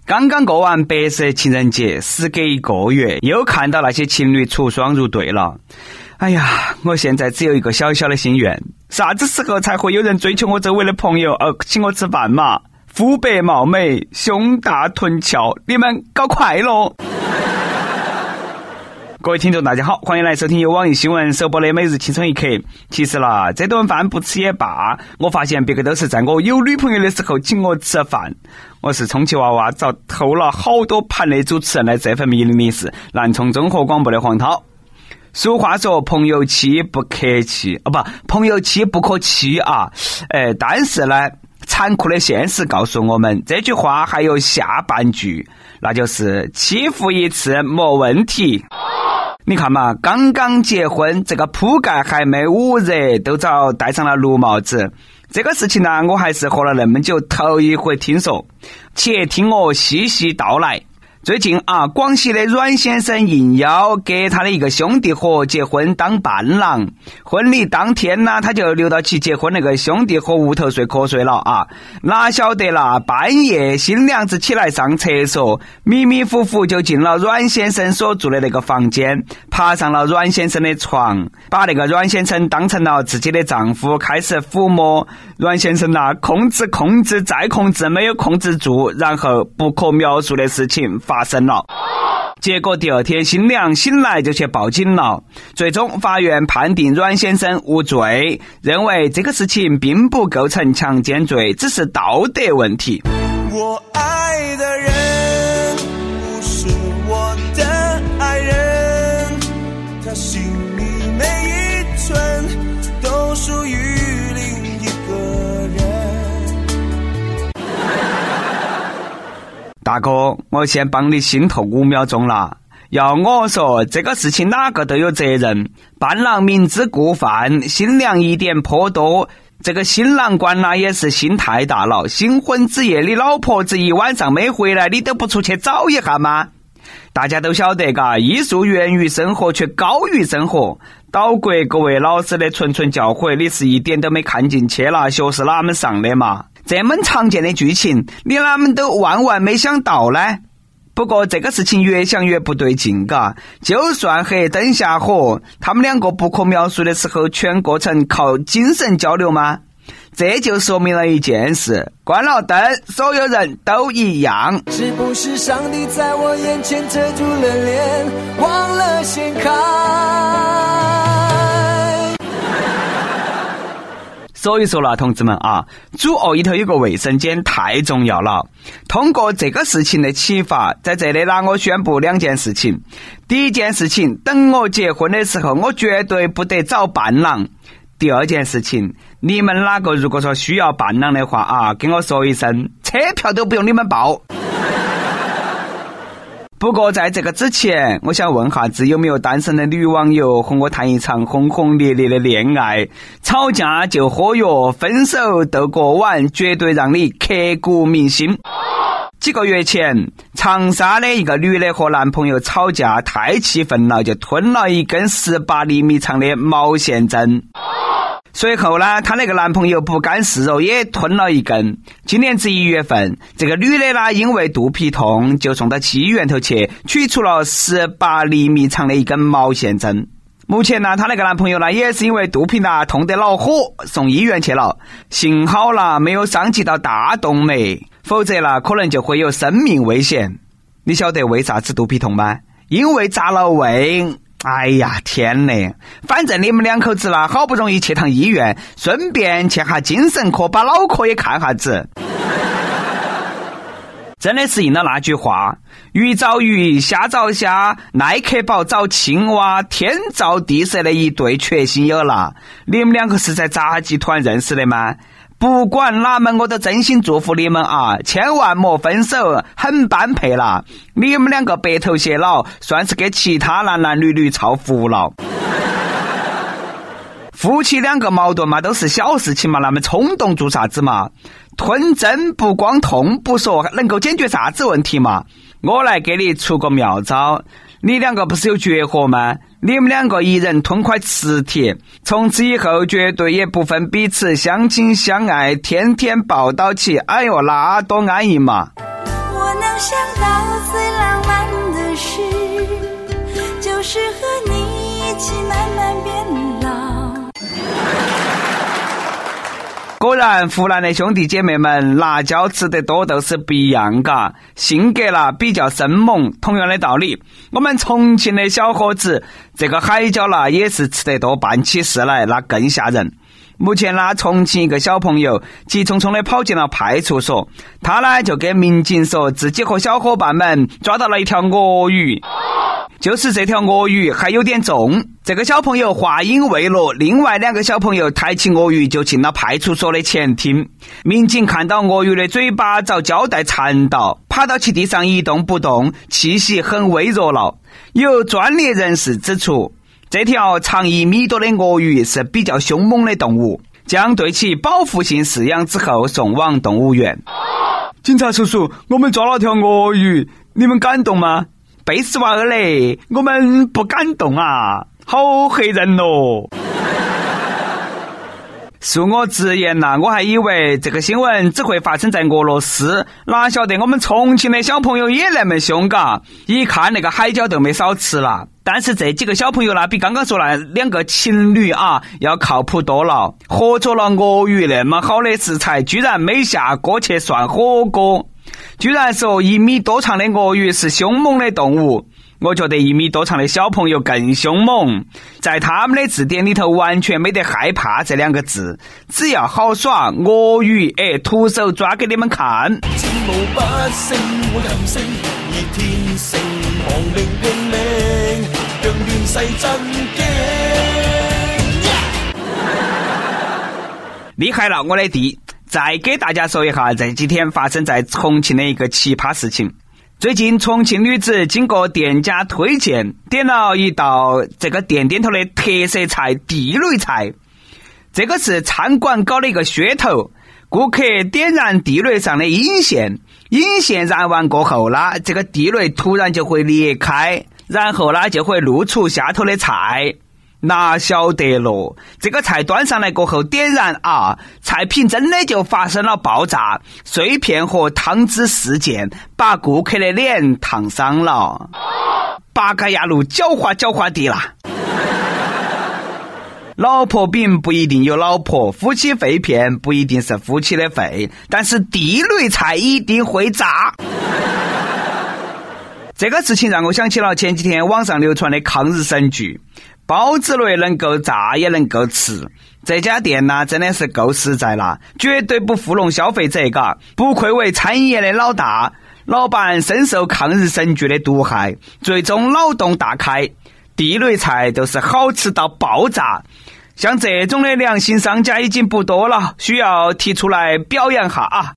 刚刚过完白色情人节，时隔1个月，又看到那些情侣出双入对了。哎呀，我现在只有一个小小的心愿，啥子时候才会有人追求我周围的朋友请我吃饭嘛？肤白貌美，胸大臀翘，你们搞快乐。各位听众大家好，欢迎来收听由网易新闻首播的每日青春一刻。其实啦，这顿饭不吃也罢，我发现别个都是在我有女朋友的时候请我吃饭。我是充气娃娃早偷了好多盘的主持人的这份迷离的是南充综合广播的黄涛。俗话说朋友妻不客气朋友妻不可欺啊。但是呢，残酷的现实告诉我们，这句话还有下半句，那就是欺负一次没问题。你看嘛，刚刚结婚，这个铺盖还没捂热，都早戴上了绿帽子。这个事情呢，我还是活了那么久头一回听说，且听我细细道来。最近广西的阮先生应邀给他的一个兄弟伙结婚当伴郎，婚礼当天呢，他就留到其结婚那个兄弟伙屋头睡瞌睡了啊！哪晓得啦，半夜新娘子起来上厕所，迷迷糊糊就进了阮先生所住的那个房间，爬上了阮先生的床，把那个阮先生当成了自己的丈夫，开始抚摸阮先生控制再控制，没有控制住，然后不可描述的事情发生了。结果第二天新娘醒来就去报警了，最终法院判定阮先生无罪，认为这个事情并不构成强奸罪，只是道德问题。 我爱的人不是我的爱人，他心里每一寸都属于另一个人。 大哥，我先帮你心头5秒钟了。要我说，这个事情哪个都有责任。伴郎明知故犯，新娘一点颇多，这个新郎官也是心太大了。新婚之夜，你老婆子一晚上没回来，你都不出去找一下吗？大家都晓得艺术源于生活，却高于生活。岛国各位老师的谆谆教诲，你是一点都没看进去了，学是哪们上的嘛？这么常见的剧情，你哪们都万万没想到呢？不过这个事情越想越不对劲就算黑灯瞎火，他们两个不可描述的时候，全过程靠精神交流吗？这就说明了一件事，关了灯，所有人都一样。 是不是上帝在我眼前遮住了脸，忘了掀开？ 所以说了，同志们主卧里头有个卫生间太重要了。通过这个事情的启发，在这里我宣布2件事情。第一件事情，等我结婚的时候，我绝对不得找伴郎。第二件事情，你们哪个如果说需要伴郎的话跟我说一声，车票都不用你们报。不过在这个之前，我想问下子有没有单身的女网友和我谈一场轰轰烈烈的恋爱，吵架就喝药，分手斗过晚，绝对让你刻骨铭心。几个月前，长沙的一个女的和男朋友吵架，太气愤了，就吞了一根18厘米长的毛线针。随后呢，她那个男朋友不甘示弱，也吞了一根。今年1月份，这个女的因为肚皮痛，就送到医院头去取出了18厘米长的一根毛线针。目前呢，她那个男朋友也是因为肚皮痛得恼火，送医院去了。幸好没有伤及到大动脉，否则可能就会有生命危险。你晓得为啥子肚皮痛吗？因为扎了胃。哎呀天哪，反正你们2口子好不容易去趟医院，顺便去下精神科，把脑壳也看下子。真的是应了那句话，鱼找鱼，虾找虾，耐克宝找青蛙，天造地设的一对缺心眼了。你们2个是在杂技团认识的吗？不管哪门，我都真心祝福你们千万莫分手，很般配了。你们2个白头偕老，算是给其他男男女女造福了。夫妻2个矛盾都是小事情那么冲动做啥子嘛？吞针不光痛不说，能够解决啥子问题嘛？我来给你出个妙招，你2个不是有绝活吗？你们2个一人吞块磁铁，从此以后绝对也不分彼此，相亲相爱，天天抱到起，哎哟，那多安逸嘛！ 我能想到最浪漫的事，就是和你一起慢慢变老。 果然湖南的兄弟姐妹们辣椒吃得多都是不一样嘎，性格啦比较生猛。同样的道理，我们重庆的小伙子这个海椒啦也是吃得多，办起事来那更吓人。目前呢，重庆一个小朋友急匆匆地跑进了派出所，他呢就跟民警说自己和小伙伴们抓到了一条鳄鱼，就是这条鳄鱼还有点重。这个小朋友话音未落，另外2个小朋友抬起鳄鱼就进了派出所的前厅。民警看到鳄鱼的嘴巴遭胶带缠到，爬到其地上一动不动，气息很微弱了。有专业人士指出，这条长1米多的鳄鱼是比较凶猛的动物，将对其保护性饲养之后送往动物园。警察叔叔，我们抓了条鳄鱼，你们感动吗？贝斯瓦尔嘞，我们不感动啊，好黑人哦。恕我直言呐，我还以为这个新闻只会发生在俄罗斯，哪晓得我们重庆的小朋友也那么凶嘎，一看那个海椒都没少吃了。但是这几个小朋友呢，比刚刚说那2个情侣啊要靠谱多了，活捉了鳄鱼那么好的食材，居然没下锅去涮火锅，居然说1米多长的鳄鱼是凶猛的动物。我觉得1米多长的小朋友更凶猛，在他们的字典里头完全没得害怕这2个字，只要好耍，鳄鱼徒手抓给你们看。 戰無不勝我任性，以天性亡命拼命，讓亂世震驚。 厲害了，我的弟！再給大家說一下這幾天發生在重慶的一個奇葩事情。最近重慶女子經過店家推薦，點了一道這個店頭的特色菜地雷菜。這個是餐館搞的一個噱頭，顧客點燃地雷上的引線，引線燃完過後呢，這個地雷突然就會裂開，然後呢就會露出下頭的菜。哪曉得咯，這個菜端上來過後點燃啊，菜品真的就發生了爆炸，碎片和湯汁事件把顧客的臉燙傷了。八嘎呀路狡猾的啦。老婆餅不一定有老婆，夫妻肺片不一定是夫妻的肺，但是地雷菜一定會炸。這個事情讓我想起了前幾天網上流傳的抗日神劇，包子雷能夠炸也能夠吃，這家店呢真的是夠實在了，絕對不糊弄消費者嘎，不愧為餐飲業的老大，老闆深受抗日神劇的毒害，最終腦洞大開，地雷菜都是好吃到爆炸。像這種的良心商家已經不多了，需要提出來表揚下啊。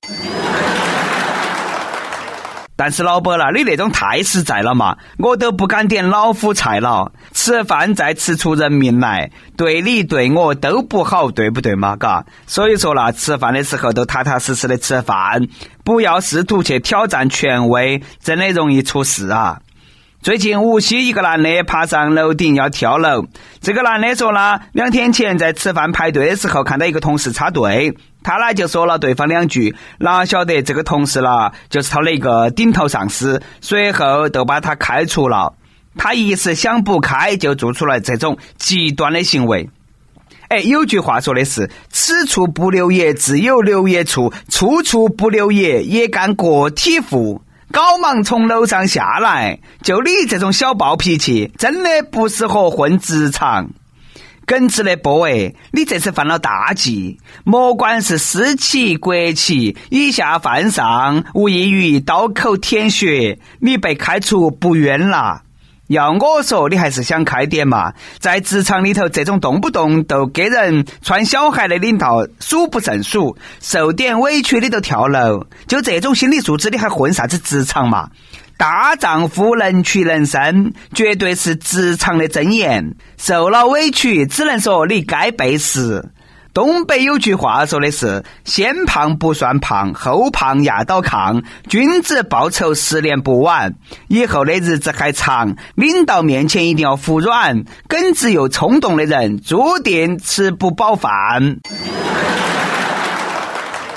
但是老伯啦，你那種太實在了嘛，我都不敢點老虎菜了，吃飯再吃出人命來，對你對我都不好，對不對嘛嘎？所以說啦，吃飯的時候都踏踏實實的吃飯，不要試圖去挑戰權威，真的容易出事啊。最近無錫一個男的爬上樓頂要跳樓，這個男的說啦，2天前在吃飯排隊的時候看到一個同事插隊，他呢就說了對方2句，哪曉得這個同事啦就是他的一個頂頭上司，隨後都把他開除了。他一時想不開就做出了這種極端的行為。有句話說的是，此處不留爺，自有留爺處，處處不留爺，也幹個體戶。搞忙從樓上下來，就你這種小暴脾氣，真的不適合混職場。耿直的波你這次犯了大忌，莫管是私企國企，以下犯上，無異於刀口舔血，你被開除不冤了。要我說，你還是想開點嘛，在職場裡頭這種動不動都給人穿小孩的領導數不勝數，受點委屈你都跳樓，就這種心理素質你還混啥子職場嘛？大丈夫能屈能伸，絕對是職場的箴言，受了委屈只能說你該背時。東北有句話說的是，先胖不算胖，後胖壓倒炕，君子報仇10年不晚。以後的日子還長，領導面前一定要服軟，耿直又衝動的人注定吃不飽飯。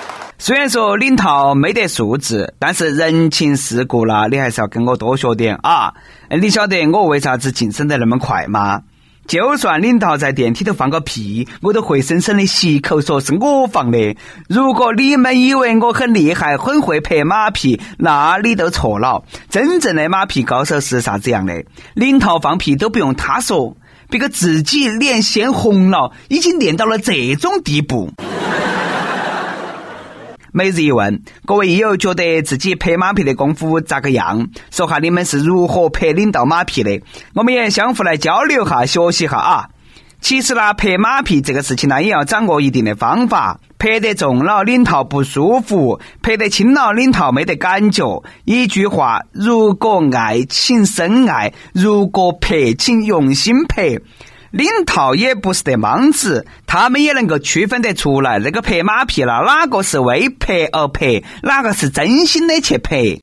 虽然说领导没得素质，但是人情世故啦，你还是要跟我多学点啊！你晓得我为啥子晋升得那么快吗？就算领导在电梯头放个屁，我都会深深的吸口说是我放的。如果你们以为我很厉害，很会拍马屁，那你都错了。真正的马屁高手是啥子样的？领导放屁都不用他说，别个自己脸先红了，已经练到了这种地步。每日一问，各位益友觉得自己拍马屁的功夫咋个样？说下你们是如何拍领导马屁的，我们也相互来交流下，学习下啊。其实呢，拍马屁这个事情呢，也要掌握一定的方法。拍得重了，领导不舒服；拍得轻了，领导没得感觉。一句话，如果爱，请深爱；如果拍，请用心拍。领导也不是得莽子，他们也能够区分得出来，那个拍马屁了，哪个是为拍而拍，哪个是真心的去拍。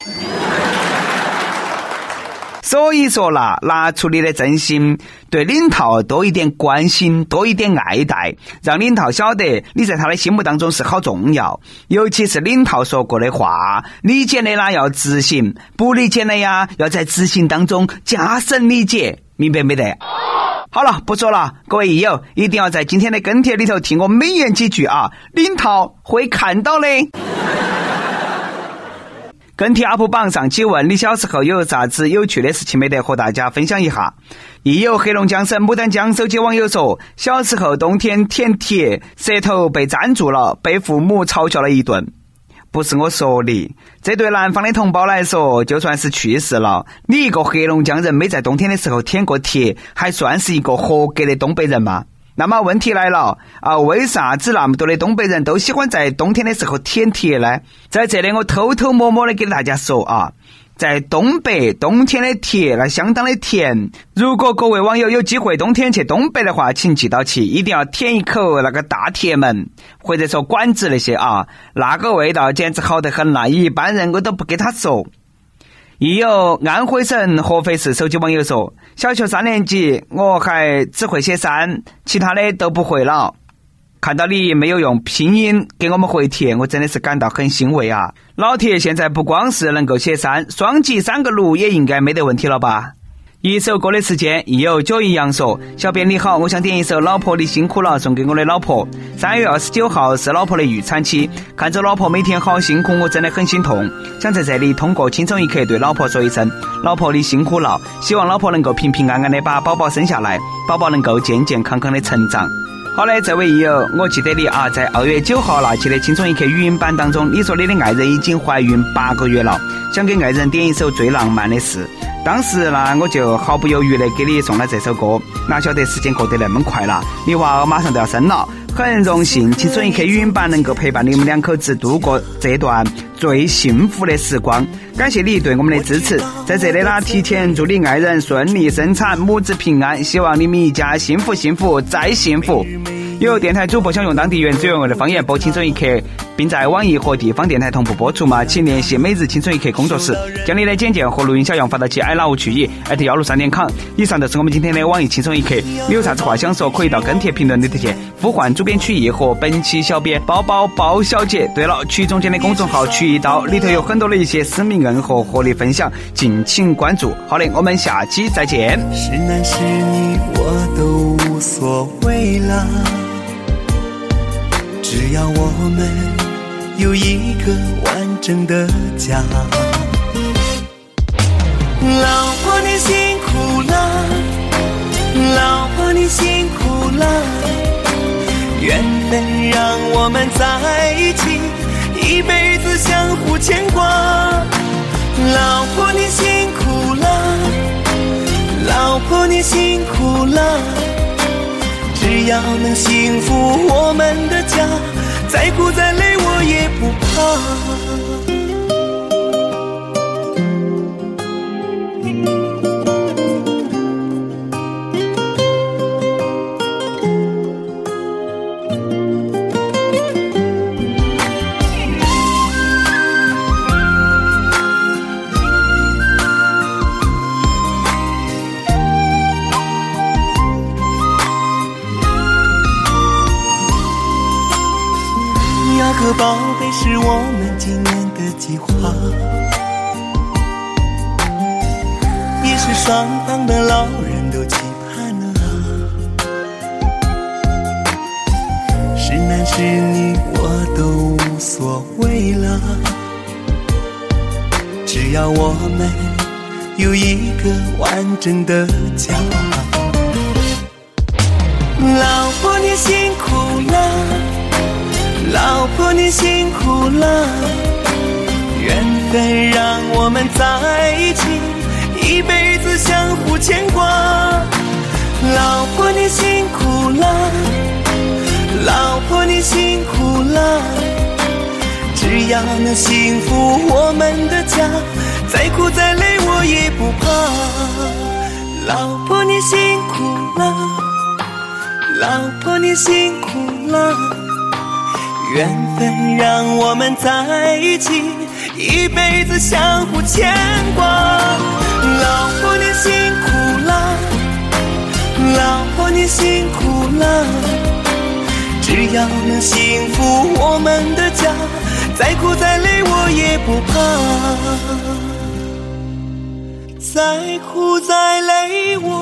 所以说啦，拿出你的真心，对领导多一点关心，多一点爱戴，让领导晓得你在他的心目当中是好重要。尤其是领导说过的话，理解的啦要执行，不理解的呀要在执行当中加深理解，明白没得？好了，不说了，各位益友一定要在今天的跟帖里头听我美言几句啊，领导会看到的。跟帖 UP 榜上期问你小时候有啥子有趣的事情没得和大家分享一下。益友黑龙江省牡丹江手机网友说，小时候冬天舔铁，舌头被粘住了，被父母嘲笑了一顿。不是我说的，这对南方的同胞来说就算是趣事了。你一个黑龙江人没在冬天的时候舔过铁，还算是一个合格的东北人吗？那么问题来了啊，为啥子那么多的东北人都喜欢在冬天的时候舔铁呢？在这里我偷偷摸摸的给大家说啊，在东北冬天的铁那相当的甜。如果各位网友有机会冬天去东北的话，请记到起，一定要舔一口那个大铁门，或者说管子那些啊，那个味道简直好得很啦，一般人我都不给他说。亦有安徽省合肥市手机网友说，小学3年级我还只会写3，其他的都不会了。看到你没有用拼音给我们回帖，我真的是感到很欣慰啊！老铁现在不光是能够写3，双击3个6也应该没得问题了吧？一首歌的时间，亦有9一阳说，小编你好，我想点一首老婆你辛苦了送给我的老婆。3月29号是老婆的预产期，看着老婆每天好辛苦，我真的很心痛，想在这里通过轻松一刻对老婆说一声，老婆你辛苦了，希望老婆能够平平安安的把宝宝生下来，宝宝能够健健康康的成长。好嘞，这位益友，我记得你啊，在2月9号那期的轻松一刻语音版当中，你说你的爱人已经怀孕8个月了，想给爱人点一首最浪漫的事。当时呢，我就毫不犹豫的给你送了这首歌，哪晓得时间过得那么快了，你娃儿马上都要生了。很荣幸轻松一刻语音版能够陪伴你们2口子度过这段最幸福的时光，感谢你对我们的支持。在这里呢，提前祝你爱人顺利生产，母子平安，希望你们一家幸福幸福再幸福。有电台主播想用当地原汁原味的方言播轻松一刻，并在网易和地方电台同步播出吗？请联系每日轻松一刻工作室，将你的简介和录音小样发到其@165.com。以上就是我们今天的网易轻松一刻，你有啥子话想说，可以到跟帖评论里头去呼唤主编曲艺和本期小编包包包小姐。对了，曲中间的公众号曲一刀里头有很多的一些私密硬核和你分享，敬请关注。好嘞，我们下期再见。 是男是女我都无所谓了，只要我们有一个完整的家。老婆你辛苦了，老婆你辛苦了，缘分让我们在一起，一辈子相互牵挂。老婆你辛苦了，老婆你辛苦了，只要能幸福我们的家，再苦再累我也不怕。个宝贝是我们今年的计划，也是双方的老人都期盼了。是男是女我都无所谓了，只要我们有一个完整的家。老婆你辛苦了，老婆你辛苦了，缘分让我们在一起，一辈子相互牵挂。老婆你辛苦了，老婆你辛苦了，只要能幸福我们的家，再苦再累我也不怕。老婆你辛苦了，老婆你辛苦了，缘分让我们在一起，一辈子相互牵挂。老婆你辛苦了，老婆你辛苦了，只要能幸福我们的家，再苦再累我也不怕，再苦再累我